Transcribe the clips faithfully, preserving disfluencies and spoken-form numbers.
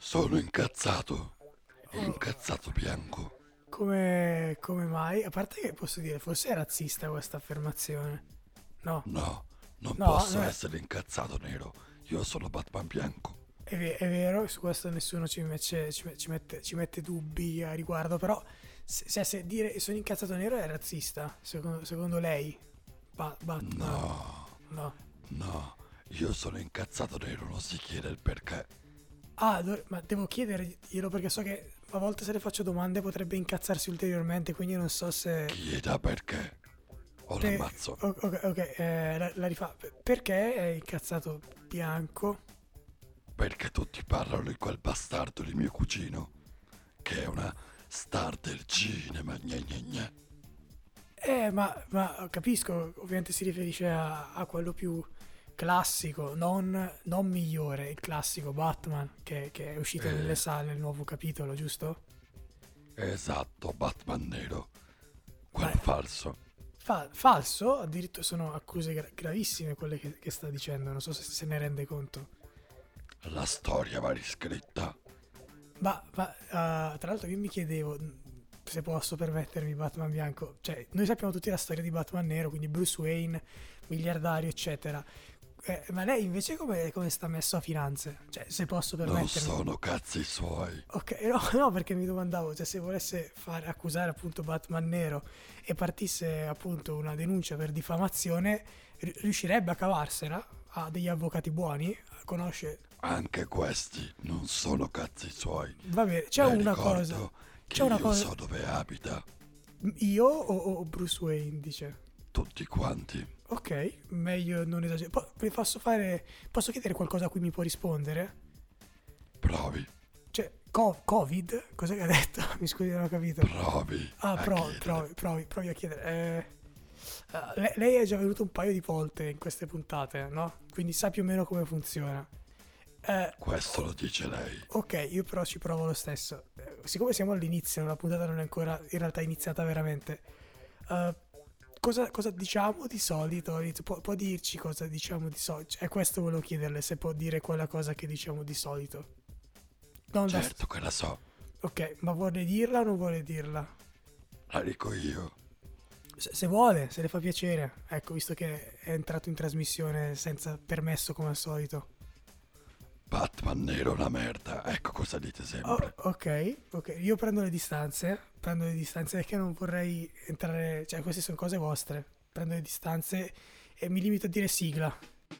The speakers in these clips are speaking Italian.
Sono incazzato. Oh, Incazzato bianco. come, come mai? A parte che posso dire, forse è razzista questa affermazione. No, No, non no, posso no, è, essere incazzato nero. Io sono Batman bianco. è ve- è vero, su questo nessuno ci, mette, ci, me- ci mette, ci mette dubbi a riguardo, però se, se- se dire sono incazzato nero è razzista, secondo, secondo lei, Ba- Batman, No, no. no, io sono incazzato nero, non si chiede il perché. Ah, do- ma devo chiederglielo perché so che a volte se le faccio domande potrebbe incazzarsi ulteriormente, quindi non so se... Chieda perché. O Pe- l'ammazzo. o- ok, ok, eh, la, la rifà. Perché è incazzato bianco? Perché tutti parlano di quel bastardo di mio cugino, che è una star del cinema, gna gna gna. Eh, ma, ma capisco, ovviamente si riferisce a, a quello più classico, non, non migliore, il classico Batman che, che è uscito nelle Eh, sale, il nuovo capitolo, giusto? esatto, Batman nero. Ma Quello falso. fa- falso, addirittura sono accuse gra- gravissime quelle che, che sta dicendo, non so se se ne rende conto. La storia va riscritta. Ma, ma, uh, tra l'altro io mi chiedevo se posso permettermi Batman bianco, cioè noi sappiamo tutti la storia di Batman nero, quindi Bruce Wayne, miliardario eccetera. Eh, ma lei invece come, come sta messo a finanze? Cioè se posso Non permettermi. sono cazzi suoi. Ok, no, no, perché mi domandavo, cioè se volesse fare, accusare appunto Batman nero e partisse appunto una denuncia per diffamazione, ri- riuscirebbe a cavarsela? Ha degli avvocati buoni? Conosce... Anche questi non sono cazzi suoi. Va bene, c'è Le una cosa, ricordo che c'è una io cosa... so dove abita. Io o, o Bruce Wayne dice? Tutti quanti. Ok, meglio non esagerare. Po- posso fare. Posso chiedere qualcosa a cui mi può rispondere? Provi, Cioè, co- Covid? Cos'è che ha detto? Mi scusi, non ho capito. provi Ah, a provi, chiedere. provi, provi, provi a chiedere. Eh, ah, le- lei è già venuto un paio di volte in queste puntate, no? Quindi sa più o meno come funziona. Eh, Questo lo dice lei. ok, io però ci provo lo stesso. Eh, siccome siamo all'inizio, la puntata non è ancora in realtà iniziata veramente. eh, cosa, cosa diciamo di solito? Inizio- Può, può dirci cosa diciamo di solito? Cioè, questo volevo chiederle, se può dire quella cosa che diciamo di solito. Non da... Certo che la so, Ok, ma vuole dirla o non vuole dirla? la dico io. Se, se vuole, se le fa piacere. Ecco, visto che è entrato in trasmissione senza permesso come al solito. Batman nero è una merda, ecco cosa dite Oh, sempre. ok, ok, io prendo le distanze, prendo le distanze perché non vorrei entrare, cioè queste sono cose vostre, prendo le distanze e mi limito a dire sigla.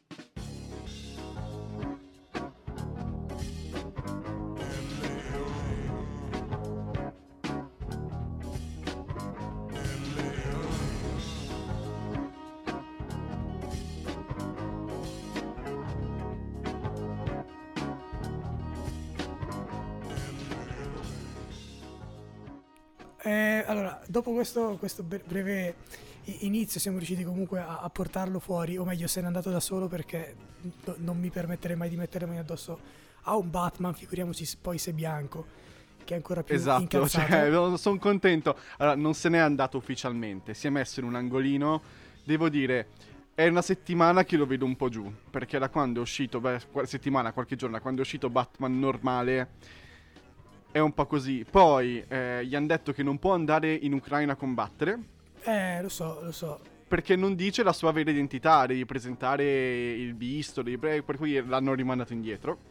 Eh, allora, dopo questo, questo bre- breve i- inizio siamo riusciti comunque a, a portarlo fuori, o meglio se n'è andato da solo perché no- non mi permetterei mai di mettere le mani addosso a un Batman, figuriamoci se- poi se è bianco, che è ancora più Esatto, incazzato. cioè, sono contento. Allora, non se n'è andato ufficialmente, si è messo in un angolino. Devo dire, è una settimana che lo vedo un po' giù, perché da quando è uscito, beh, qua- settimana, qualche giorno, da quando è uscito Batman normale, è un po' così. Poi eh, gli hanno detto che non può andare in Ucraina a combattere, Eh, lo so, lo so. perché non dice la sua vera identità, devi presentare il visto, devi pre- per cui l'hanno rimandato indietro.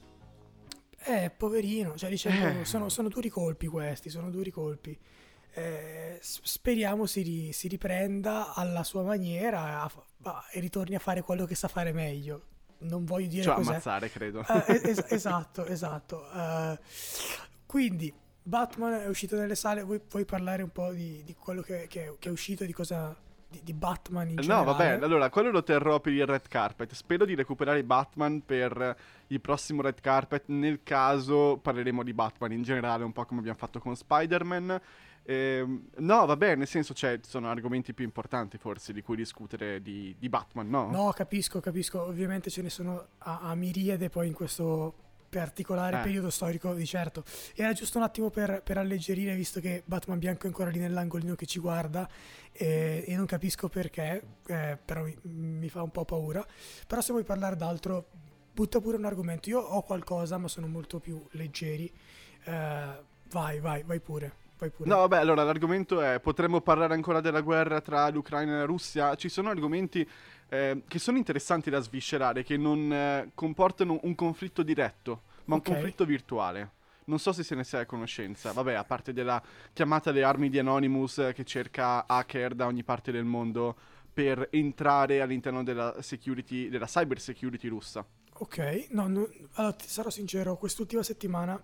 Eh, poverino, cioè dicendo, Eh. sono, sono duri colpi questi, sono duri colpi. Eh, s- speriamo si, ri- si riprenda alla sua maniera a fa- a- e ritorni a fare quello che sa fare meglio. Non voglio dire Cioè, cos'è. ammazzare, credo. Eh, es- esatto, esatto. Eh, quindi, Batman è uscito nelle sale, vuoi, vuoi parlare un po' di, di quello che, che- che è uscito, di cosa... di, di Batman in No, generale? vabbè, allora, quello lo terrò per il red carpet. Spero di recuperare Batman per il prossimo red carpet. Nel caso parleremo di Batman in generale, un po' come abbiamo fatto con Spider-Man. Ehm, no, vabbè, nel senso, cioè, ci sono argomenti più importanti forse di cui discutere di, di Batman, no? No, capisco, capisco. Ovviamente ce ne sono a, a miriade poi in questo particolare Eh. periodo storico, di certo. Era giusto un attimo per, per alleggerire, visto che Batman bianco è ancora lì nell'angolino che ci guarda e, e non capisco perché, eh, però mi, mi fa un po' paura. Però se vuoi parlare d'altro, butta pure un argomento. Io ho qualcosa, ma sono molto più leggeri. Eh, vai, vai, vai pure. Vai pure. No, vabbè, allora l'argomento è: potremmo parlare ancora della guerra tra l'Ucraina e la Russia? Ci sono argomenti eh, che sono interessanti da sviscerare, che non eh, comportano un conflitto diretto, ma Ok. un conflitto virtuale. Non so se se ne sei a conoscenza. Vabbè, a parte della chiamata alle armi di Anonymous, eh, che cerca hacker da ogni parte del mondo per entrare all'interno della security, della cyber security russa. Ok, no, no, allora ti sarò sincero, quest'ultima settimana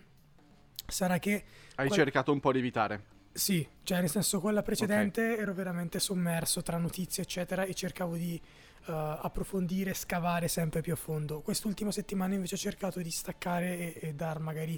sarà che Hai qual- cercato un po' di evitare. sì, cioè nel senso quella precedente ero veramente sommerso tra notizie eccetera e cercavo di eh, approfondire, scavare sempre più a fondo. Quest'ultima settimana invece ho cercato di staccare e, e dar magari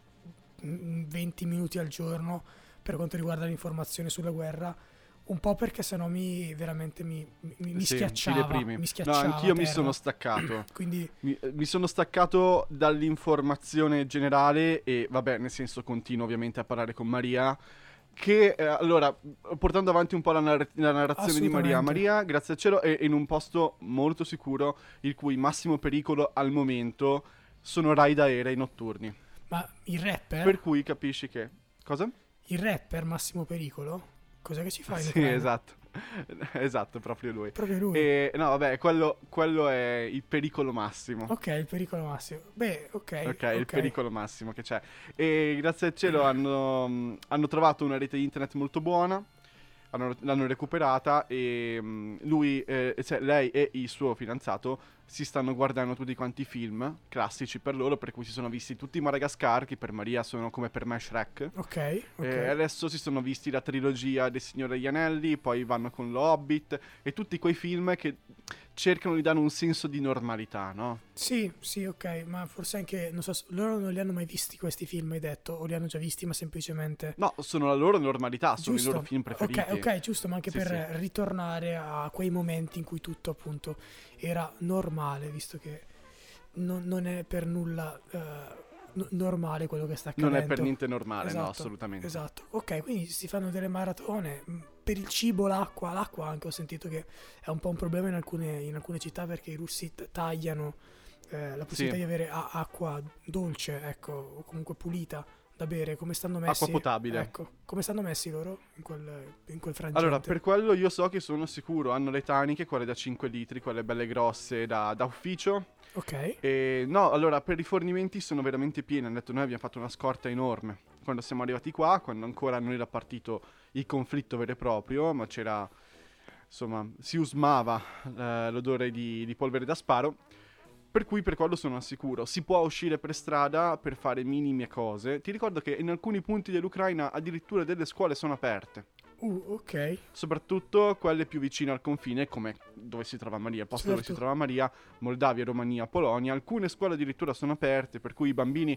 mm, venti minuti al giorno per quanto riguarda l'informazione sulla guerra, un po' perché sennò mi veramente mi, mi, mi Sì, ti schiacciava, deprimi. mi No, schiacciava anch'io a mi terra. sono staccato. Quindi Mi, eh, mi sono staccato dall'informazione generale e, vabbè, nel senso continuo ovviamente a parlare con Maria, che, eh, allora, portando avanti un po' la, narra- la narrazione di Maria. Assolutamente. Maria, grazie al cielo, è in un posto molto sicuro, il cui massimo pericolo al momento sono raid aerei notturni. ma il rapper? Per cui capisci che... Cosa? Il rapper Massimo Pericolo? Cos'è che ci fa in Sì, Ucraina? esatto. Esatto, proprio lui. Proprio lui. E, no, vabbè, quello, quello è il pericolo massimo. Ok, il pericolo Massimo. Beh, ok. Ok, il pericolo massimo che c'è. E grazie al cielo hanno, mh, hanno trovato una rete internet molto buona, hanno- l'hanno recuperata e mh, lui, eh, cioè lei e il suo fidanzato si stanno guardando tutti quanti i film classici per loro, per cui si sono visti tutti i Madagascar, che per Maria sono come per me Shrek. Ok, ok. E adesso si sono visti la trilogia del Signore degli Anelli, poi vanno con lo Hobbit e tutti quei film che cercano di dare un senso di normalità, no? Sì, sì, ok, ma forse anche, non so, s- loro non li hanno mai visti questi film, hai detto, o li hanno già visti, ma semplicemente... No, sono la loro normalità, sono Giusto. i loro film preferiti. Ok, ok, giusto, ma anche Sì, per sì. ritornare a quei momenti in cui tutto appunto era normale, visto che non, non è per nulla eh, no- normale quello che sta accadendo. Non è per niente normale, no, Esatto, assolutamente. Esatto, ok, quindi si fanno delle maratone. Mm, Per il cibo, l'acqua, l'acqua anche ho sentito che è un po' un problema in alcune, in alcune città perché i russi t- tagliano eh, la possibilità Sì. di avere a- acqua dolce, ecco, o comunque pulita da bere. Come stanno messi? Acqua potabile. Ecco, come stanno messi loro in quel, in quel frangente? Allora, per quello io so che sono sicuro, hanno le taniche, quelle da cinque litri, quelle belle grosse da, da ufficio. Ok, E no, allora, per i rifornimenti sono veramente pieni. Hanno detto, noi abbiamo fatto una scorta enorme. Quando siamo arrivati qua, quando ancora non era partito il conflitto vero e proprio, ma c'era, insomma, si usmava eh, l'odore di, di polvere da sparo. Per cui per quello sono sicuro. Si può uscire per strada per fare minime cose. Ti ricordo che in alcuni punti dell'Ucraina addirittura delle scuole sono aperte. uh, ok, Soprattutto quelle più vicine al confine, come dove si trova Maria, il posto dove si Certo. trova Maria, Moldavia, Romania, Polonia. Alcune scuole addirittura sono aperte, per cui i bambini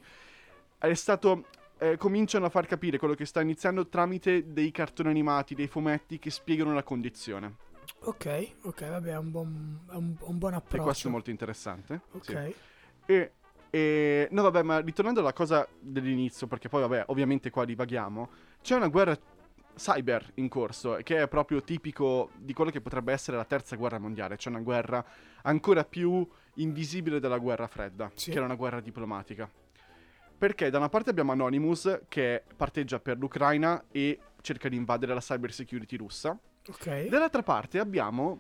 è stato eh, cominciano a far capire quello che sta iniziando tramite dei cartoni animati, dei fumetti che spiegano la condizione. ok, ok, vabbè, è un buon, è un, un buon E approccio. questo è molto interessante. Ok, Sì. E, e- no, vabbè, ma ritornando alla cosa dell'inizio, perché poi, vabbè, ovviamente qua divaghiamo, c'è una guerra cyber in corso, che è proprio tipico di quello che potrebbe essere la terza guerra mondiale. C'è una guerra ancora più invisibile della guerra fredda, Sì. che era una guerra diplomatica. Perché da una parte abbiamo Anonymous, che parteggia per l'Ucraina e cerca di invadere la cyber security russa. ok, Dall'altra parte abbiamo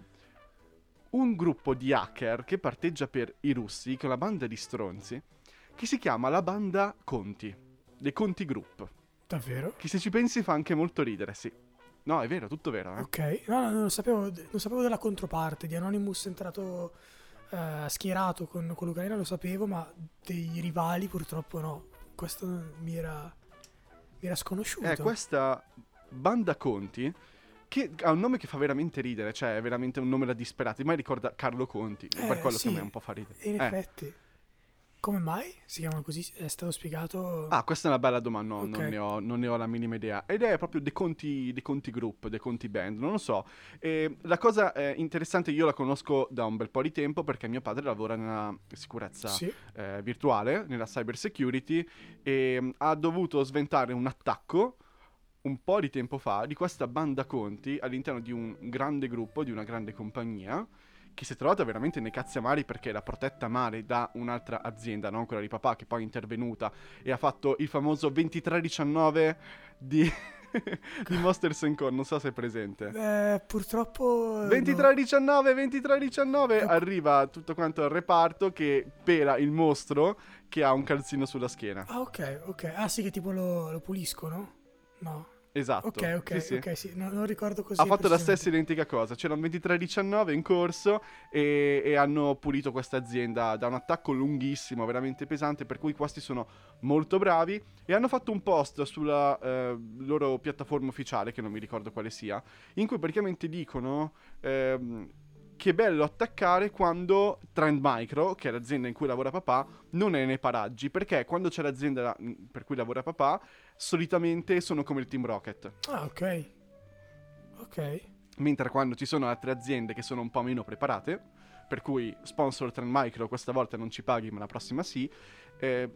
un gruppo di hacker che parteggia per i russi, che è una banda di stronzi, che si chiama la banda Conti, The Conti Group, davvero? che se ci pensi fa anche molto ridere, sì. No, è vero, tutto vero, eh. Ok, no, no, non sapevo, non sapevo della controparte, di Anonymous entrato eh, schierato con, con l'Ucraina lo sapevo, ma dei rivali purtroppo no. Questo mi era, mi era sconosciuto. È questa banda Conti che ha un nome che fa veramente ridere, cioè è veramente un nome da disperati, ma ricorda Carlo Conti, Eh, per quello sì, che a me un po' fa ridere. In Eh. effetti. Come mai si chiamano così? È stato spiegato? Ah, questa è una bella domanda, no, Ok. non, ne ho, non ne ho la minima idea. Ed è proprio The Conti, The Conti Group, The Conti Band, non lo so. E la cosa eh, interessante, io la conosco da un bel po' di tempo perché mio padre lavora nella sicurezza Sì, eh, virtuale, nella cyber security, e mm, ha dovuto sventare un attacco un po' di tempo fa di questa banda Conti all'interno di un grande gruppo, di una grande compagnia, che si è trovata veramente nei cazzi amari perché era protetta male da un'altra azienda, non quella di papà, che poi è intervenuta e ha fatto il famoso ventitré diciannove di, di Monsters and Co. Non so se è presente. Eh, purtroppo... ventitré no. diciannove, ventitré diciannove, Ecco. arriva tutto quanto al reparto che pela il mostro che ha un calzino sulla schiena. Ah, ok, ok. Ah, sì, che tipo lo, lo puliscono? No. Esatto. Ok, ok, Sì, sì. ok, sì. No, non ricordo così. Ha fatto la precisamente. stessa identica cosa. C'era un ventitré diciannove in corso e, e hanno pulito questa azienda da un attacco lunghissimo, veramente pesante, per cui questi sono molto bravi e hanno fatto un post sulla eh, loro piattaforma ufficiale, che non mi ricordo quale sia, in cui praticamente dicono ehm, che è bello attaccare quando Trend Micro, che è l'azienda in cui lavora papà, non è nei paraggi, perché quando c'è l'azienda per cui lavora papà, solitamente sono come il Team Rocket. Ah, ok. Ok. Mentre quando ci sono altre aziende che sono un po' meno preparate, per cui sponsor Trend Micro questa volta non ci paghi ma la prossima sì, eh,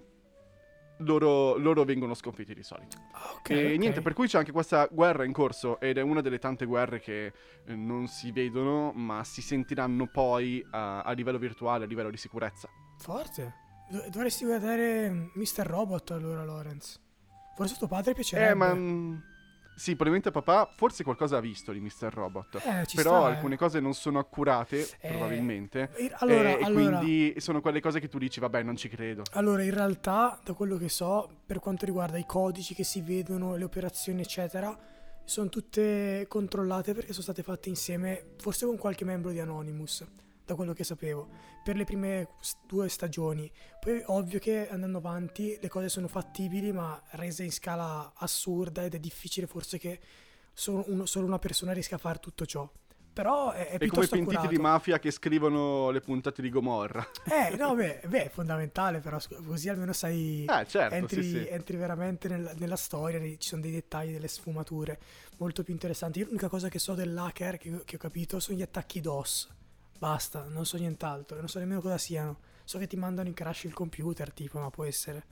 loro, loro vengono sconfitti di solito. Ah, ok. E ok. niente, per cui c'è anche questa guerra in corso ed è una delle tante guerre che eh, non si vedono ma si sentiranno poi a, a livello virtuale, a livello di sicurezza. Forte. Do- dovresti guardare mister Robot allora, Lorenz. Forse tuo padre piacerebbe. Eh, ma... mh, sì, probabilmente papà forse qualcosa ha visto di mister Robot. Eh, ci Però sta, eh. alcune cose non sono accurate, Eh, probabilmente. eh, allora, e allora- quindi sono quelle cose che tu dici, vabbè, non ci credo. Allora, in realtà, da quello che so, per quanto riguarda i codici che si vedono, le operazioni, eccetera, sono tutte controllate perché sono state fatte insieme, forse con qualche membro di Anonymous, da quello che sapevo, per le prime s- due stagioni. Poi, ovvio che andando avanti le cose sono fattibili, ma rese in scala assurda ed è difficile forse che solo, uno- solo una persona riesca a fare tutto ciò. Però è, è È come i piuttosto pentiti accurato. di mafia che scrivono le puntate di Gomorra. Eh, no, beh, beh, è fondamentale, però scu- così almeno sai, Eh, certo, entri, sì, sì. entri veramente nella, nella storia, ci sono dei dettagli, delle sfumature molto più interessanti. Io l'unica cosa che so dell'hacker, che, che ho capito, sono gli attacchi DOS. Basta, non so nient'altro, non so nemmeno cosa siano. So che ti mandano in crash il computer, tipo, ma può essere.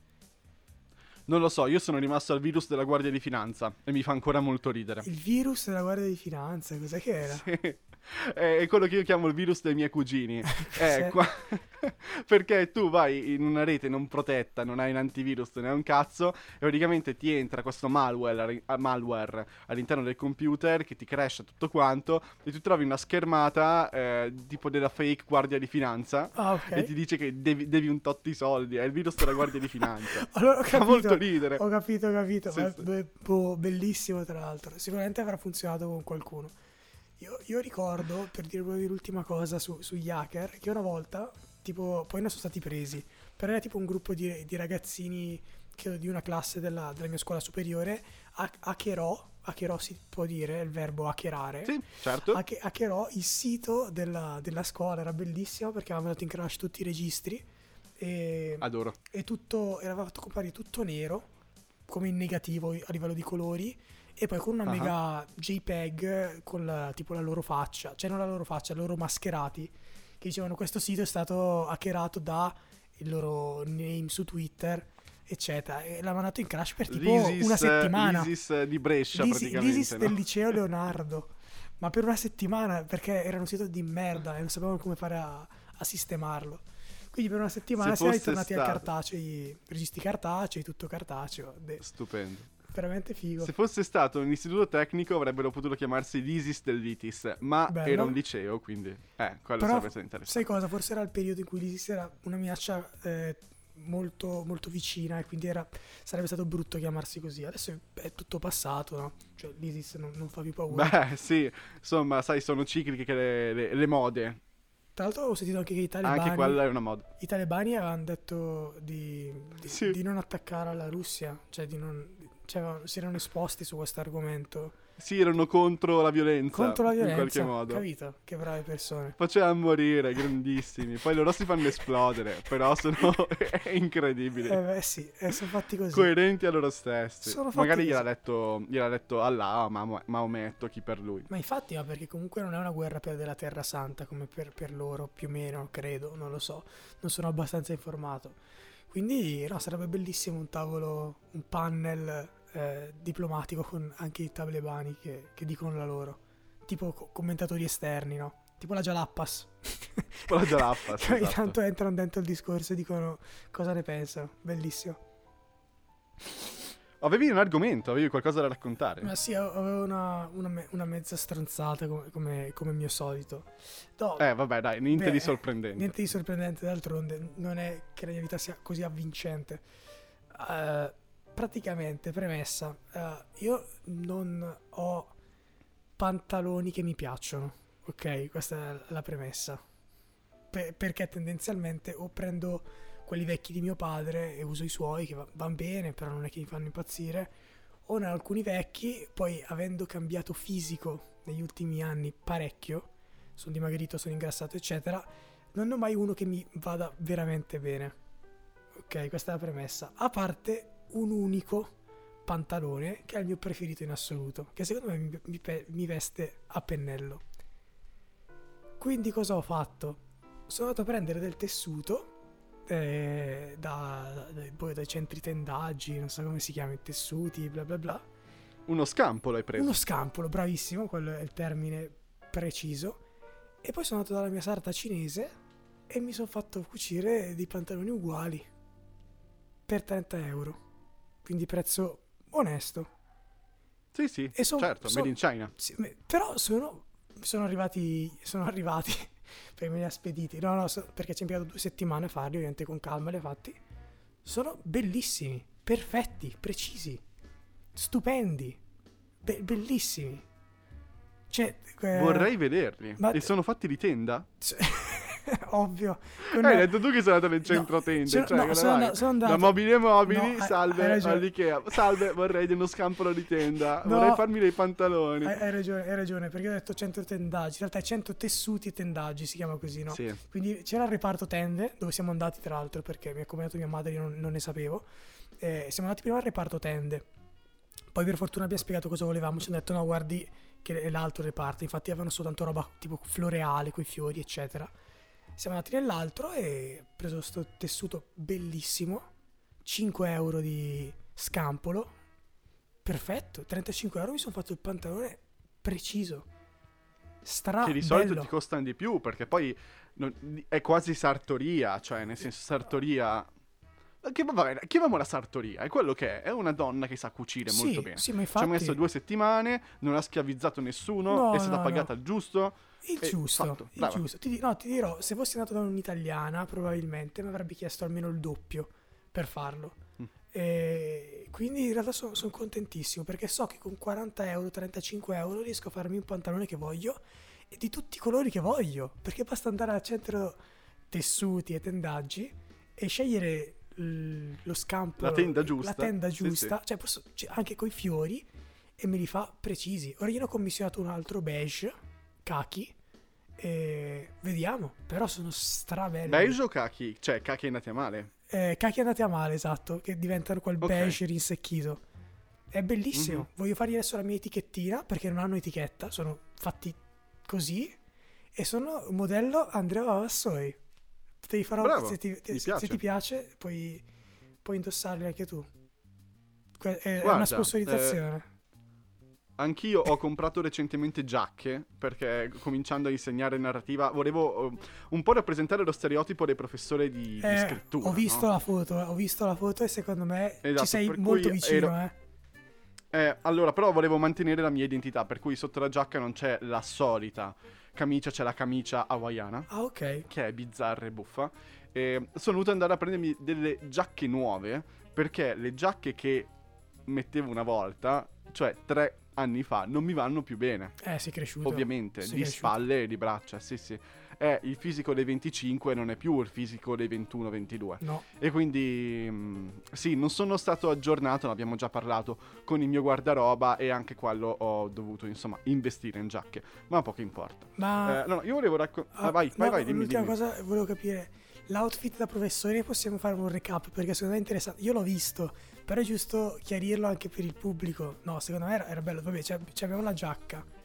Non lo so, io sono rimasto al virus della Guardia di Finanza e mi fa ancora molto ridere. Il virus della Guardia di Finanza, cos'è che era? Sì. È quello che io chiamo il virus dei miei cugini. Cos'è? È qua... Perché tu vai in una rete non protetta, non hai un antivirus, ne hai un cazzo, e praticamente ti entra questo malware, malware all'interno del computer che ti crasha tutto quanto e tu trovi una schermata eh, tipo della fake Guardia di Finanza Ah, ok. e ti dice che devi, devi un tot di soldi. È il virus della Guardia di Finanza. Allora ho Fa capito, molto ridere. ho capito, ho capito, Sì, ma sì. be- boh, bellissimo tra l'altro, sicuramente avrà funzionato con qualcuno. Io, io ricordo, per dire proprio l'ultima cosa su, sugli hacker, che una volta, tipo, poi ne sono stati presi, però era tipo un gruppo di, di ragazzini, credo di una classe della, della mia scuola superiore, ha- hackerò, hackerò si può dire, è il verbo hackerare, Sì, certo. Hacke- hackerò il sito della, della scuola, era bellissimo perché avevamo dato in crash tutti i registri e, Adoro. e tutto, era fatto comparire tutto nero, come in negativo a livello di colori, e poi con una Ah. mega JPEG con la, tipo la loro faccia, cioè non la loro faccia, loro mascherati, che dicevano questo sito è stato hackerato da il loro name su Twitter, eccetera, e l'ha mandato in crash per tipo L'ISIS, una settimana. l'ISIS di Brescia, L'Isi- praticamente. L'Isis no? del liceo Leonardo, ma per una settimana, perché era un sito di merda e non sapevano come fare a, a sistemarlo. Quindi per una settimana Se siamo fosse ritornati al stato- cartacei, registri cartacei, tutto cartaceo. De- Stupendo. veramente figo. Se fosse stato un istituto tecnico avrebbero potuto chiamarsi l'ISIS dell'ITIS, ma Bello. era un liceo, quindi eh, quello Però, sarebbe stato interessante. sai cosa? Forse era il periodo in cui l'ISIS era una minaccia eh, molto, molto vicina e quindi era, sarebbe stato brutto chiamarsi così. Adesso è, è tutto passato, no? Cioè l'ISIS non, non fa più paura. Beh, sì, insomma, sai, sono cicliche le, le- le mode. Tra l'altro ho sentito anche che i talebani, Anche quella è una moda. i talebani avevano detto di, di- Sì. di non attaccare la Russia, cioè di non... Cioè, avevano- si erano esposti su questo argomento Sì, erano contro la violenza. contro la violenza, In qualche modo. capito? Che brave persone. Facevano morire, grandissimi. Poi loro si fanno esplodere, però sono incredibili. Eh beh sì, eh, sono fatti così. Coerenti a loro stessi. Sono fatti Magari così. gliel'ha detto, gliel'ha detto Allah, Maho- Maometto, chi per lui. Ma infatti, ma perché comunque non è una guerra per della Terra Santa come per, per loro, più o meno, credo, non lo so, non sono abbastanza informato. Quindi, no, sarebbe bellissimo un tavolo, un panel eh, diplomatico con anche i talebani che, che dicono la loro, tipo co- commentatori esterni, no? tipo la Jalappas. Tipo la Jalappas, Che ogni esatto. tanto entrano dentro il discorso e dicono cosa ne pensano. Bellissimo. Avevi un argomento, avevi qualcosa da raccontare? Ma sì, avevo una, una, me- una mezza stronzata come, come, come mio solito. No, Eh, vabbè, dai, niente beh, di sorprendente. niente di sorprendente, d'altronde non è che la mia vita sia così avvincente. Eh, praticamente, premessa, eh, io non ho pantaloni che mi piacciono, ok? Questa è la premessa. Per- perché tendenzialmente o prendo quelli vecchi di mio padre e uso i suoi che va- van bene, però non è che mi fanno impazzire, o ne ho alcuni vecchi, poi avendo cambiato fisico negli ultimi anni parecchio, sono dimagrito, sono ingrassato eccetera, non ho mai uno che mi vada veramente bene. Ok, questa è la premessa. A parte un unico pantalone che è il mio preferito in assoluto, che secondo me mi, mi pe- mi veste a pennello. Quindi cosa ho fatto? Sono andato a prendere del tessuto eh, da, da- poi dai centri tendaggi, non so come si chiamano, tessuti, bla bla bla. Uno scampolo hai preso. Uno scampolo, bravissimo, quello è il termine preciso. E poi sono andato dalla mia sarta cinese e mi sono fatto cucire dei pantaloni uguali per trenta euro. Quindi prezzo onesto. Sì, sì, E son- certo, son- made in China. Sì, me- però sono, sono arrivati, sono arrivati perché me li ha spediti. No, no, so- perché ci è impiegato due settimane a farli, ovviamente con calma li ho fatti. Sono bellissimi, perfetti, precisi, stupendi, be- bellissimi. Cioè, eh, Vorrei vederli. ma- E sono fatti di tenda? ovvio. Con- Hai detto tu che sei andato nel no, centro tende. sono- Cioè, no, cosa sono vai? andato- sono andato- Da mobili e mobili, No, hai- salve, hai ragione. all'Ikea. Salve, vorrei di uno scampolo di tenda. No. Vorrei farmi dei pantaloni. Hai, hai ragione, hai ragione, perché ho detto cento tendaggi, in realtà è cento tessuti e tendaggi, si chiama così, no? Sì. Quindi c'era il reparto tende, dove siamo andati tra l'altro, perché mi ha accompagnato mia madre, io non, non ne sapevo. Eh, siamo andati prima al reparto tende, poi per fortuna abbiamo spiegato cosa volevamo, ci hanno detto no guardi che è l'altro reparto, infatti avevano soltanto roba tipo floreale, coi fiori eccetera. Siamo andati nell'altro e ho preso questo tessuto bellissimo, cinque euro di scampolo, perfetto, trentacinque euro mi sono fatto il pantalone preciso, stra Che di solito bello. ti costano di più, perché poi non- è quasi sartoria, cioè nel senso sartoria. Che, vabbè, chiamiamola sartoria, è quello che è, è una donna che sa cucire Sì, molto bene. sì, ma Ci ha infatti messo due settimane, non ha schiavizzato nessuno, No, è stata no, pagata no. il giusto. il e giusto, fatto, il brava. giusto. Ti, di- no, ti dirò, se fossi andato da un'italiana probabilmente mi avrebbe chiesto almeno il doppio per farlo. Mm. E quindi in realtà sono contentissimo perché so che con quaranta euro, trentacinque euro riesco a farmi un pantalone che voglio e di tutti i colori che voglio, perché basta andare al centro tessuti e tendaggi e scegliere l- lo scampo, La tenda giusta. la tenda Sì, giusta, cioè posso, cioè, anche coi fiori, e me li fa precisi. Ora io ne ho commissionato un altro beige, kaki, e vediamo, però sono strabelli. Beige o kaki? Cioè, kaki andati a male. Eh, kaki andati a male, esatto, che diventano quel Ok. beige rinsecchito. È bellissimo. Mhm. Voglio fargli adesso la mia etichettina perché non hanno etichetta, sono fatti così e sono modello Andrea Vavassoi. Te li farò Bravo, se, ti, mi se- se piace. ti piace, puoi, puoi indossarli anche tu. Que- È, è Guarda, una sponsorizzazione. Anch'io ho comprato recentemente giacche, perché cominciando a insegnare narrativa volevo eh, un po' rappresentare lo stereotipo del professore di, di Eh, scrittura. ho visto no? la foto, ho visto la foto e secondo me Esatto, ci sei per molto cui vicino, ero- eh. Eh, allora, però volevo mantenere la mia identità, per cui sotto la giacca non c'è la solita camicia, c'è la camicia hawaiana, Ah, ok. che è bizzarra e buffa. E sono dovuto andare a prendermi delle giacche nuove, perché le giacche che mettevo una volta, cioè tre anni fa, non mi vanno più bene. Eh, sei cresciuto. Ovviamente, Sei di cresciuto. spalle e di braccia, sì sì. È il fisico dei venticinque, non è più il fisico dei ventuno ventidue. No. E quindi, mh, sì, non sono stato aggiornato, ne abbiamo già parlato, con il mio guardaroba e anche quello ho dovuto, insomma, investire in giacche. Ma poco importa. Ma Eh, no, no, io volevo raccontare... ah, Ah, vai, no, vai, vai, dimmi, l'ultima dimmi. cosa volevo capire. L'outfit da professore possiamo fare un recap perché secondo me è interessante. Io l'ho visto, però è giusto chiarirlo anche per il pubblico. No, secondo me era, era bello. Vabbè, c'è, c'è abbiamo la giacca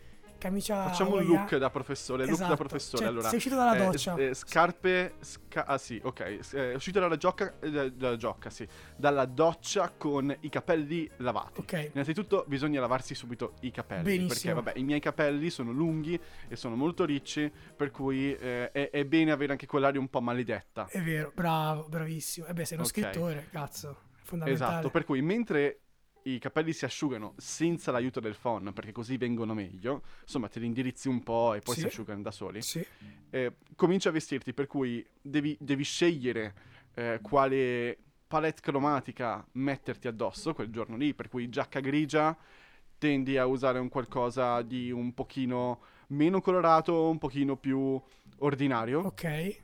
camicia Facciamo un hawaiana. look da professore, look Esatto, da professore. cioè, Allora, sei uscito dalla eh, doccia. s- eh, scarpe, sca- ah sì, ok, s- eh, uscito dalla giocca, eh, da- dalla giocca, sì, dalla doccia con i capelli lavati. Ok. Innanzitutto bisogna lavarsi subito i capelli, Benissimo. perché vabbè, i miei capelli sono lunghi e sono molto ricci, per cui eh, è, è bene avere anche quell'aria un po' maledetta. È vero, bravo, bravissimo. E beh, sei uno Ok. scrittore, cazzo, è fondamentale. Esatto, per cui mentre i capelli si asciugano senza l'aiuto del phon, perché così vengono meglio, insomma te li indirizzi un po' e poi Sì. si asciugano da soli, Sì. eh, comincia a vestirti, per cui devi, devi scegliere eh, quale palette cromatica metterti addosso quel giorno lì, per cui giacca grigia tendi a usare un qualcosa di un pochino meno colorato, un pochino più ordinario, Ok.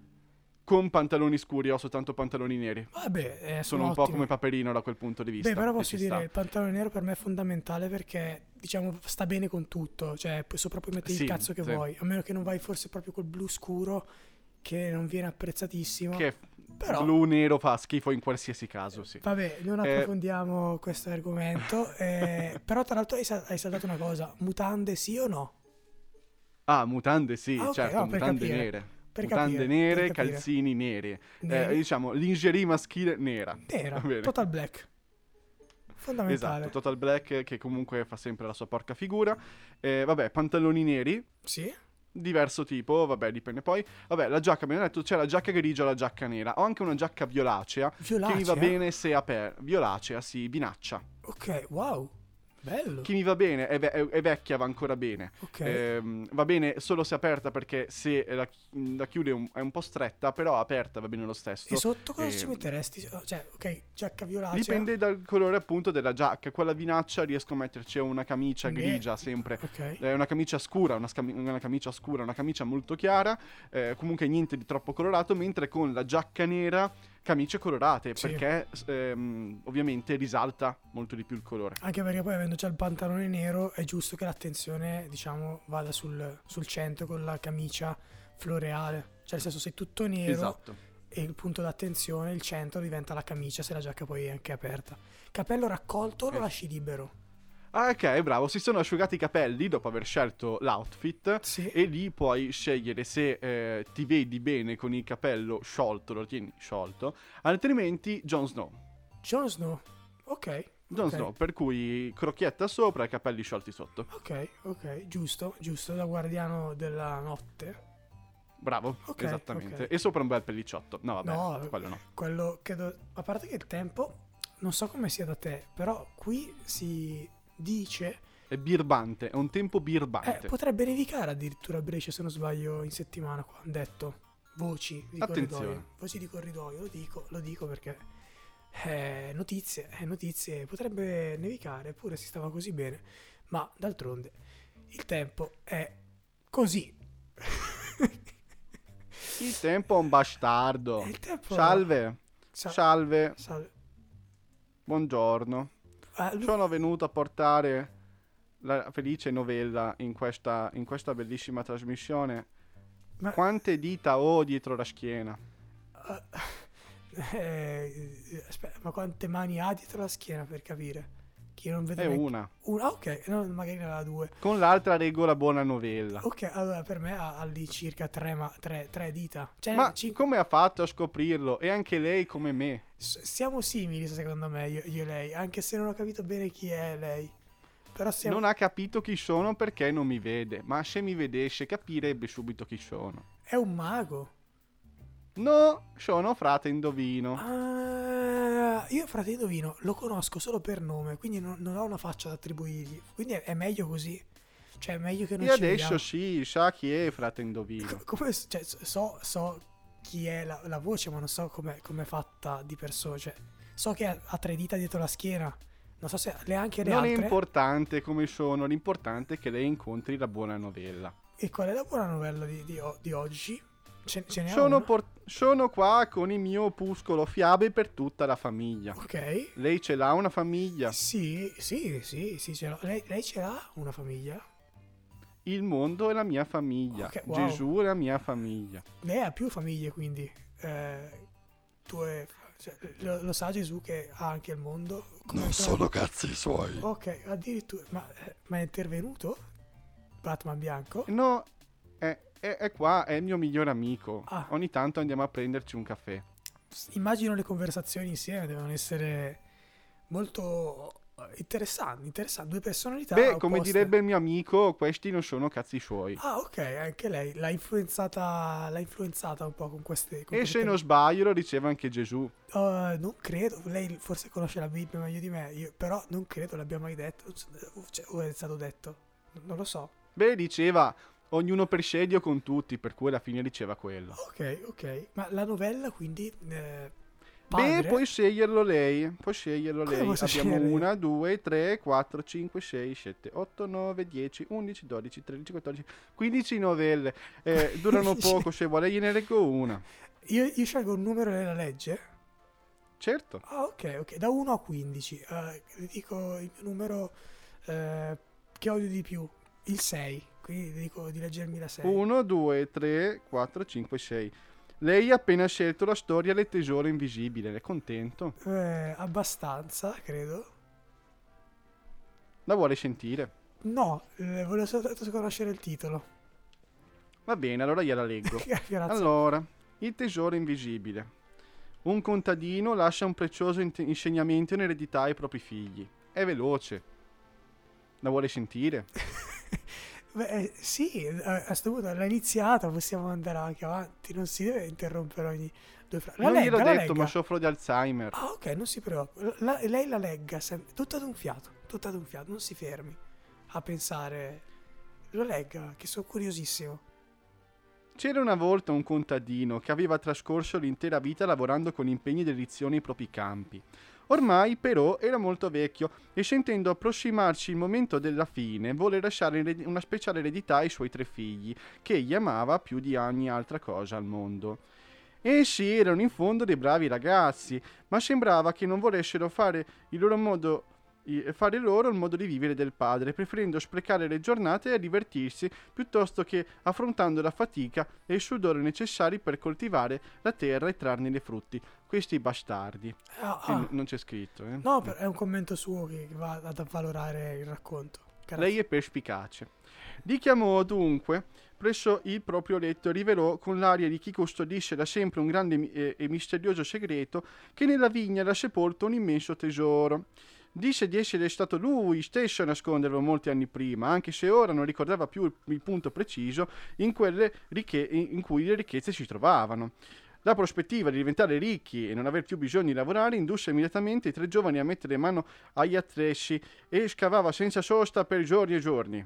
con pantaloni scuri o soltanto pantaloni neri. Vabbè, eh, Sono un ottimi. po' come Paperino da quel punto di vista. Beh, però e posso ci dire, sta. il pantalone nero per me è fondamentale perché, diciamo, sta bene con tutto. Cioè, puoi sopra puoi mettere Sì, il cazzo che sì. vuoi. A meno che non vai forse proprio col blu scuro, che non viene apprezzatissimo. Che Però- blu nero fa schifo in qualsiasi caso, sì. Vabbè, non Eh, approfondiamo questo argomento. eh, però, tra l'altro, hai, sal- hai saltato una cosa. Mutande sì o no? Ah, mutande sì, Ah, ok, certo, no, per mutande capire, nere. per mutande capire, nere, per capire. calzini neri. Neri? Eh, diciamo, lingerie maschile nera. Nera, Va bene. total black. Fondamentale. Esatto, Total Black che comunque fa sempre la sua porca figura. Eh, vabbè, pantaloni neri, Sì? diverso tipo, vabbè, dipende poi. Vabbè, la giacca, abbiamo detto, c'è la giacca grigia o la giacca nera. Ho anche una giacca violacea, Violacea? che mi va bene se aperta. Violacea, sì, vinaccia. Ok, wow. Bello. Che mi va bene, è, ve- è- è vecchia, va ancora bene. Ok. Ehm, va bene solo se aperta, perché se la, chi- la chiude un- è un po' stretta, però aperta va bene lo stesso. E sotto cosa Eh, ci metteresti? Cioè, ok, giacca violacea. Dipende dal colore appunto della giacca. Quella vinaccia riesco a metterci una camicia Ne- grigia sempre. Ok. È una camicia scura, una, scami- una camicia scura, una camicia molto chiara, eh, comunque niente di troppo colorato, mentre con la giacca nera camicie colorate, Sì. perché ehm, ovviamente risalta molto di più il colore. Anche perché poi avendo già il pantalone nero è giusto che l'attenzione, diciamo, vada sul, sul centro con la camicia floreale. Cioè, nel senso, sei tutto nero Esatto. e il punto d'attenzione, il centro, diventa la camicia se la giacca poi è anche aperta. Capello raccolto o lo Eh. lasci libero? Ah, ok, bravo, si sono asciugati i capelli dopo aver scelto l'outfit. Sì. E lì puoi scegliere se eh, ti vedi bene con il capello sciolto, lo tieni sciolto, altrimenti Jon Snow. Jon Snow. Ok. Jon ok. Snow, per cui crocchietta sopra e capelli sciolti sotto. Ok, ok, giusto, giusto, da guardiano della notte. Bravo, Ok, esattamente. ok. E sopra un bel pellicciotto. No, vabbè, No, quello no. Quello che do- a parte che il tempo, non so come sia da te, però qui si dice, È birbante, è un tempo eh, birbante. potrebbe nevicare addirittura a Brescia se non sbaglio in settimana qua, hanno detto. Voci di Attenzione. corridoio. Voci di corridoio, lo dico, lo dico perché eh, notizie, eh, notizie, potrebbe nevicare, eppure si stava così bene. Ma d'altronde il tempo è così. Il tempo è un bastardo. Il tempo Salve, Sa- salve, Salve. buongiorno. Ah, lui- Sono venuto a portare la felice novella in questa, in questa bellissima trasmissione. Ma- Quante dita ho dietro la schiena? Ah, eh, aspetta, ma quante mani ha dietro la schiena per capire? Che io non vedo È neanche- una. Una, ok, no, magari ne aveva due. Con l'altra reggo la buona novella. Ok, allora per me ha, ha lì circa tre, ma, tre, tre dita. Cioè, Ma cin- come ha fatto a scoprirlo? E anche lei come me. s- siamo simili secondo me, io, io e lei, anche se non ho capito bene chi è lei. Però siamo... Non ha capito chi sono perché non mi vede. Ma se mi vedesse capirebbe subito chi sono. È un mago. No, sono frate indovino. Ah, io frate Indovino lo conosco solo per nome, quindi non, non ho una faccia da attribuirgli. Quindi è, è meglio così. Cioè, è meglio che non E ci adesso vediamo. sì, sa chi è frate indovino. Co- Come, cioè, so, so chi è la, la voce, ma non so come è fatta di persona. Cioè, so che ha, ha tre dita dietro la schiena. Non so se le ha anche le Non è altre. importante come sono, l'importante è che lei incontri la buona novella. E qual è la buona novella di, di o- di oggi? Ce, ce n'è Sono, una? por- sono qua con il mio opuscolo fiabe per tutta la famiglia. Ok. Lei ce l'ha una famiglia? Sì, sì, sì, sì, ce l'ho. Lei, lei ce l'ha una famiglia? Il mondo è la mia famiglia. Ok, wow. Gesù è la mia famiglia. Lei ha più famiglie, quindi. Eh, due, cioè, lo, lo sa Gesù che ha anche il mondo? Come- Non come- sono cazzi suoi. Ok, addirittura. Ma, eh, ma è intervenuto? Batman bianco? No, è, è, è qua, è il mio migliore amico. Ah. Ogni tanto andiamo a prenderci un caffè. Immagino le conversazioni insieme devono essere molto interessanti, interessanti. Due personalità Beh, opposte. come direbbe il mio amico, questi non sono cazzi suoi. Ah, ok, anche lei l'ha influenzata, l'ha influenzata un po' con queste... Con E queste se non sbaglio lo diceva anche Gesù. Uh, non credo, lei forse conosce la Bibbia meglio di me, io, però non credo l'abbia mai detto, cioè, o è stato detto, non lo so. Beh, diceva ognuno per sé, con tutti, per cui alla fine diceva quello. Ok, ok, ma la novella quindi... Eh, Beh, puoi sceglierlo lei, puoi sceglierlo Come lei. posso Abbiamo scegliere io? una, due, tre, quattro, cinque, sei, sette, otto, nove, dieci, undici, dodici, tredici, quattordici, quindici novelle. Eh, durano poco, se vuole gliene leggo una. Io, io scelgo un numero nella legge? Certo. Ah, ok, ok, da uno a quindici. Eh, vi dico il mio numero eh, che odio di più, il sei, quindi vi dico di leggermi la sei. uno, due, tre, quattro, cinque, sei. Lei ha appena scelto la storia del tesoro invisibile, è contento? Eh, abbastanza, credo. La vuole sentire? No, eh, volevo soltanto conoscere il titolo. Va bene, allora gliela leggo. Grazie. Allora, il tesoro invisibile. Un contadino lascia un prezioso int- insegnamento in eredità ai propri figli. È veloce. La vuole sentire? Beh, eh, sì, a a sto punto l'ha iniziata, possiamo andare anche avanti, non si deve interrompere ogni due frasi. La non legga, gliel'ho la detto, legga. ma soffro di Alzheimer. Ah, ok, non si preoccupi. La- lei la legga sempre, tutta ad un fiato, tutta ad un fiato, non si fermi a pensare. Lo legga, che sono curiosissimo. C'era una volta un contadino che aveva trascorso l'intera vita lavorando con impegni e dedizione ai propri campi. Ormai, però, era molto vecchio e, sentendo approssimarsi il momento della fine, volle lasciare ered- una speciale eredità ai suoi tre figli, che egli amava più di ogni altra cosa al mondo. Essi erano in fondo dei bravi ragazzi, ma sembrava che non volessero fare il loro modo i- fare loro il modo di vivere del padre, preferendo sprecare le giornate a divertirsi piuttosto che affrontando la fatica e il sudore necessari per coltivare la terra e trarne le frutti. Questi bastardi. Ah, Qui ah. n- non c'è scritto, eh. No, per- è un commento suo che che va ad avvalorare il racconto. Grazie. Lei è perspicace. Li chiamò dunque presso il proprio letto e rivelò con l'aria di chi custodisce da sempre un grande mi- eh, e misterioso segreto che nella vigna era sepolto un immenso tesoro. Disse di essere stato lui stesso a nasconderlo molti anni prima, anche se ora non ricordava più il, il punto preciso in, quelle ricche- in cui le ricchezze si trovavano. La prospettiva di diventare ricchi e non aver più bisogno di lavorare indusse immediatamente i tre giovani a mettere mano agli attrezzi e scavava senza sosta per giorni e giorni.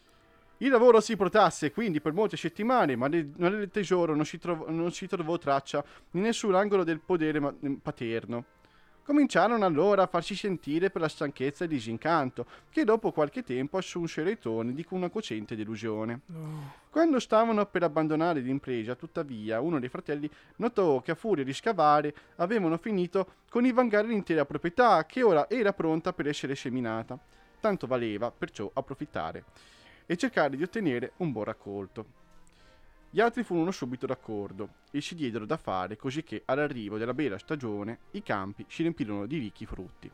Il lavoro si protrasse quindi per molte settimane, ma del, ma del tesoro non si, trovò, non si trovò traccia in nessun angolo del podere ma- paterno. Cominciarono allora a farsi sentire per la stanchezza e il disincanto, che dopo qualche tempo assunsero i toni di una cocente delusione. No. Quando stavano per abbandonare l'impresa, tuttavia, uno dei fratelli notò che a furia di scavare avevano finito con invangare l'intera proprietà, che ora era pronta per essere seminata. Tanto valeva, perciò, approfittare e cercare di ottenere un buon raccolto. Gli altri furono subito d'accordo e si diedero da fare, così che all'arrivo della bella stagione i campi si riempirono di ricchi frutti.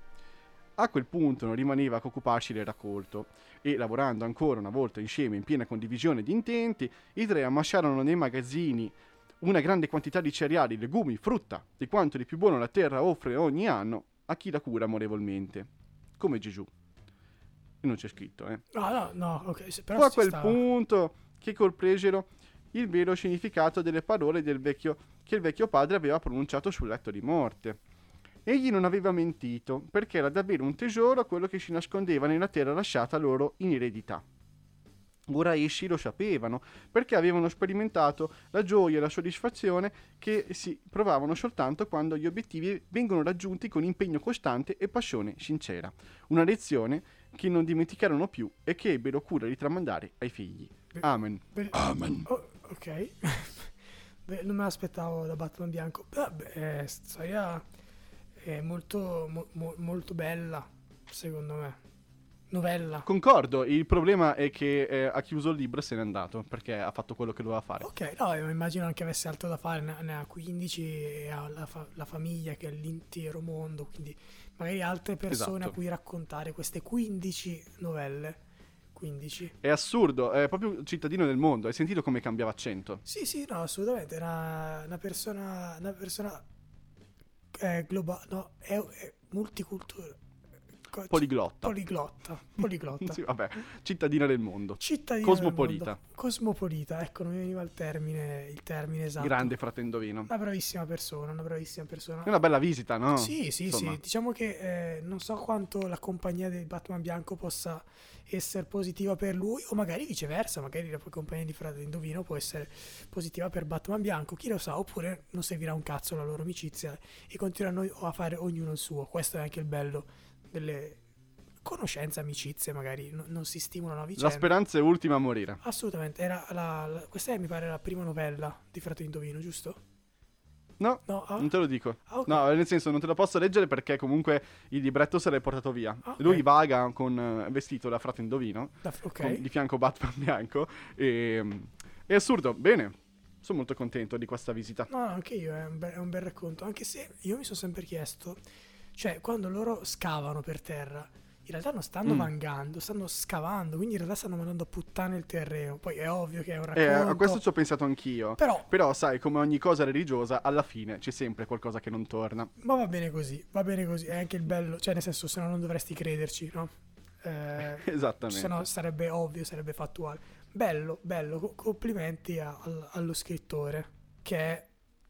A quel punto non rimaneva che occuparsi del raccolto e, lavorando ancora una volta insieme in piena condivisione di intenti, i tre ammasciarono nei magazzini una grande quantità di cereali, legumi, frutta, di quanto di più buono la terra offre ogni anno a chi la cura amorevolmente, come Gesù. E non c'è scritto, eh. No, no, no, ok, se- però Fu a ci quel stava. punto che compresero il vero significato delle parole del vecchio, che il vecchio padre aveva pronunciato sul letto di morte. Egli non aveva mentito, perché era davvero un tesoro quello che si nascondeva nella terra lasciata loro in eredità. Ora essi lo sapevano, perché avevano sperimentato la gioia e la soddisfazione che si provavano soltanto quando gli obiettivi vengono raggiunti con impegno costante e passione sincera. Una lezione che non dimenticarono più e che ebbero cura di tramandare ai figli. Amen. Beh, Amen. oh, ok. Beh, non me l'aspettavo da Batman bianco. Vabbè, eh, storia è molto, mo- mo- molto bella, secondo me. Novella. Concordo, il problema è che eh, ha chiuso il libro e se n'è andato, perché ha fatto quello che doveva fare. Ok, no, io immagino anche avesse altro da fare, ne, ne ha quindici e ha la, fa- la famiglia che è l'intero mondo, quindi magari altre persone Esatto. a cui raccontare queste quindici novelle. quindici. È assurdo, è proprio cittadino del mondo. Hai sentito come cambiava accento? Sì, sì, no, assolutamente. Era una persona, una persona eh, globale, no, è, è multiculturale. Co- Poliglotta. Poliglotta, poliglotta. Sì, vabbè, cittadina del mondo. Cittadino Cosmopolita. del mondo. Cosmopolita, ecco, non mi veniva il termine, il termine esatto. Grande frate indovino. Una bravissima persona, una bravissima persona. È una bella visita, no? Sì, sì, Insomma. sì. Diciamo che eh, non so quanto la compagnia del Batman Bianco possa essere positiva per lui, o magari viceversa, magari la compagnia di Frate Indovino può essere positiva per Batman Bianco, chi lo sa, oppure non servirà un cazzo la loro amicizia e continueranno a fare ognuno il suo. Questo è anche il bello delle conoscenze, amicizie, magari non, non si stimolano a vicenda. La speranza è ultima a morire. Assolutamente, era la, la- questa è, mi pare, la prima novella di Frate Indovino, giusto? No, No, ah? non te lo dico. Ah, ok. No, nel senso non te lo posso leggere perché comunque il libretto se l'è portato via. Ah, ok. Lui vaga con eh, vestito da frate indovino, Da- ok. con di fianco Batman bianco e mm, è assurdo. Bene, sono molto contento di questa visita. No, no, anche io, è un, bel, è un bel racconto. Anche se io mi sono sempre chiesto, cioè, quando loro scavano per terra, in realtà non stanno Mm. vangando, stanno scavando, quindi in realtà stanno mandando a puttane il terreno. Poi è ovvio che è un Eh, racconto. a questo ci ho pensato anch'io. Però, Però sai, come ogni cosa religiosa, alla fine c'è sempre qualcosa che non torna. ma va bene così, va bene così. È anche il bello, cioè, nel senso, se no non dovresti crederci, no? Eh, Esattamente. se no sarebbe ovvio, sarebbe fattuale. Bello, bello, co- complimenti a- al- allo scrittore, che è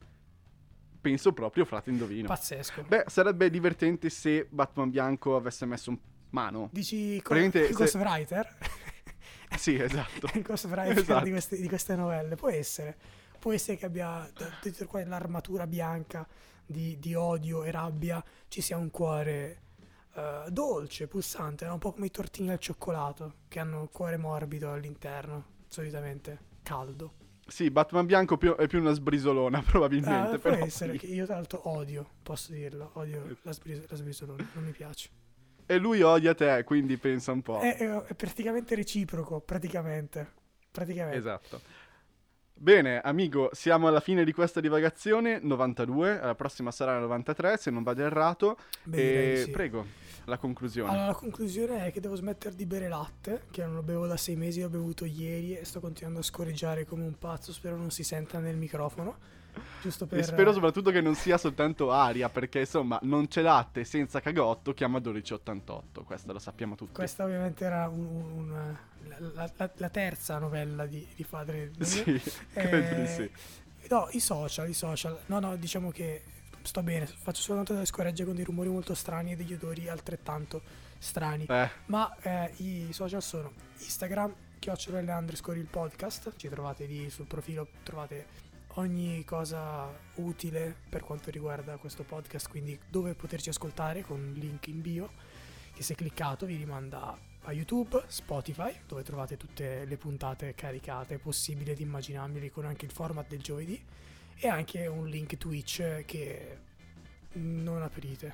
Penso proprio frate indovino. pazzesco. Beh, sarebbe divertente se Batman bianco avesse messo un mano. Dici co- Praticamente il se- ghostwriter? Sì, esatto. Il ghostwriter Esatto. di, queste, di queste novelle. Può essere. Può essere che abbia d- dentro qua l'armatura bianca di, di odio e rabbia ci sia un cuore eh, dolce, pulsante, no? Un po' come i tortini al cioccolato, che hanno il cuore morbido all'interno, solitamente caldo. Sì, Batman bianco più- è più una sbrisolona probabilmente. Ah, può però essere poi- che io tra l'altro odio, posso dirlo, odio la, sbris- la sbrisolona, non mi piace. E lui odia te, quindi pensa un po'. È, è- è praticamente reciproco, praticamente. Praticamente. Esatto. Bene, amico, siamo alla fine di questa divagazione, novantadue, la prossima sarà la novantatré, se non vado errato. Beh, e direi di sì. prego, la conclusione. Allora, la conclusione è che devo smettere di bere latte, che non lo bevo da sei mesi, l'ho bevuto ieri e sto continuando a scorreggiare come un pazzo, spero non si senta nel microfono. Giusto per... E spero soprattutto che non sia soltanto aria, perché insomma non c'è latte senza cagotto, chiama dodici ottantotto, questo lo sappiamo tutti. Questa ovviamente era un- un- un- la, la- la terza novella di, di Padre Sì, Eh, credo di sì. No, i social, i social. No, no, diciamo che sto bene, faccio soltanto delle scorregge con dei rumori molto strani e degli odori altrettanto strani. Eh, Ma eh, i social sono Instagram, chiocciola underscore il podcast, ci trovate lì sul profilo, trovate ogni cosa utile per quanto riguarda questo podcast, quindi dove poterci ascoltare con un link in bio che se cliccato vi rimanda a YouTube, Spotify, dove trovate tutte le puntate caricate possibili ed immaginabili con anche il format del giovedì e anche un link Twitch che non aprite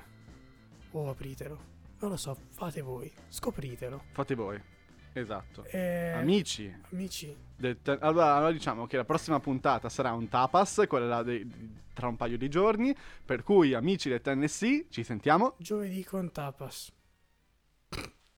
o apritelo, non lo so, fate voi, scopritelo. fate voi. Esatto. Eh, Amici, amici, del te- allora, allora diciamo che la prossima puntata sarà un tapas, quella dei- tra un paio di giorni, per cui amici del Tennessee, ci sentiamo. giovedì con tapas.